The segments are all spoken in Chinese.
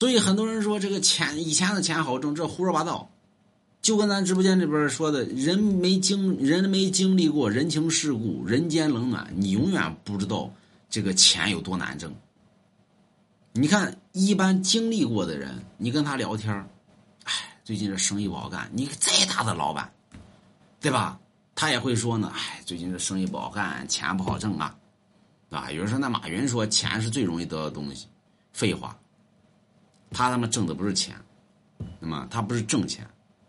所以很多人说这个钱以前的钱好挣，这胡说八道。就跟咱直播间这边说的，人没经历过人情世故、人间冷暖，你永远不知道这个钱有多难挣。你看，一般经历过的人，你跟他聊天，哎，最近这生意不好干。你再大的老板，对吧？他也会说呢，哎，最近这生意不好干，钱不好挣啊，对吧？有人说那马云说钱是最容易得到的东西，废话，他妈挣的不是钱，那么他不是挣钱。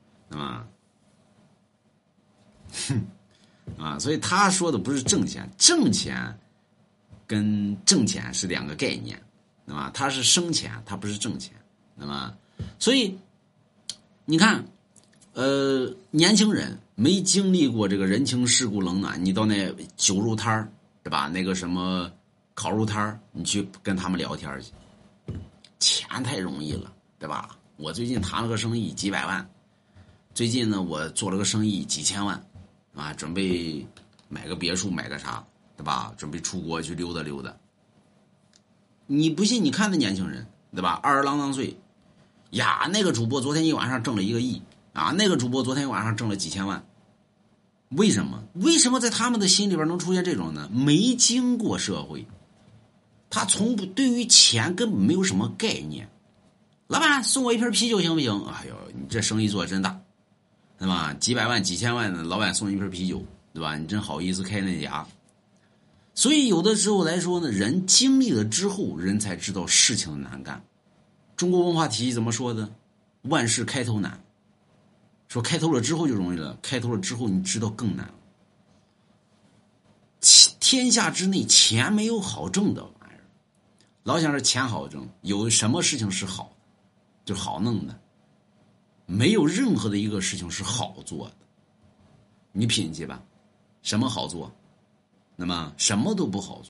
所以他说的不是挣钱，挣钱跟挣钱是两个概念，那么他是生钱，他不是挣钱，那么所以你看，年轻人没经历过这个人情世故冷暖，你到那酒肉摊对吧？那个什么烤肉摊你去跟他们聊天去，钱太容易了，对吧？我最近谈了个生意，几百万。最近呢，我做了个生意，几千万，啊，准备买个别墅，买个啥，对吧？准备出国去溜达溜达。你不信，你看那年轻人，对吧？20郎当岁，呀，那个主播昨天一晚上挣了1个亿，啊，那个主播昨天一晚上挣了几千万。为什么？为什么在他们的心里边能出现这种呢？没经过社会，他对于钱根本没有什么概念。老板，送我一瓶啤酒行不行？哎呦，你这生意做得真大。对吧？几百万、几千万的老板送一瓶啤酒，对吧？你真好意思开那家？所以有的时候来说呢，人经历了之后，人才知道事情的难干。中国文化体系怎么说的？万事开头难。说开头了之后就容易了，开头了之后你知道更难。天下之内，钱没有好挣的玩意儿。老想着钱好挣，有什么事情是好，就好弄的。没有任何的一个事情是好做的，你品去吧，什么好做？那么什么都不好做。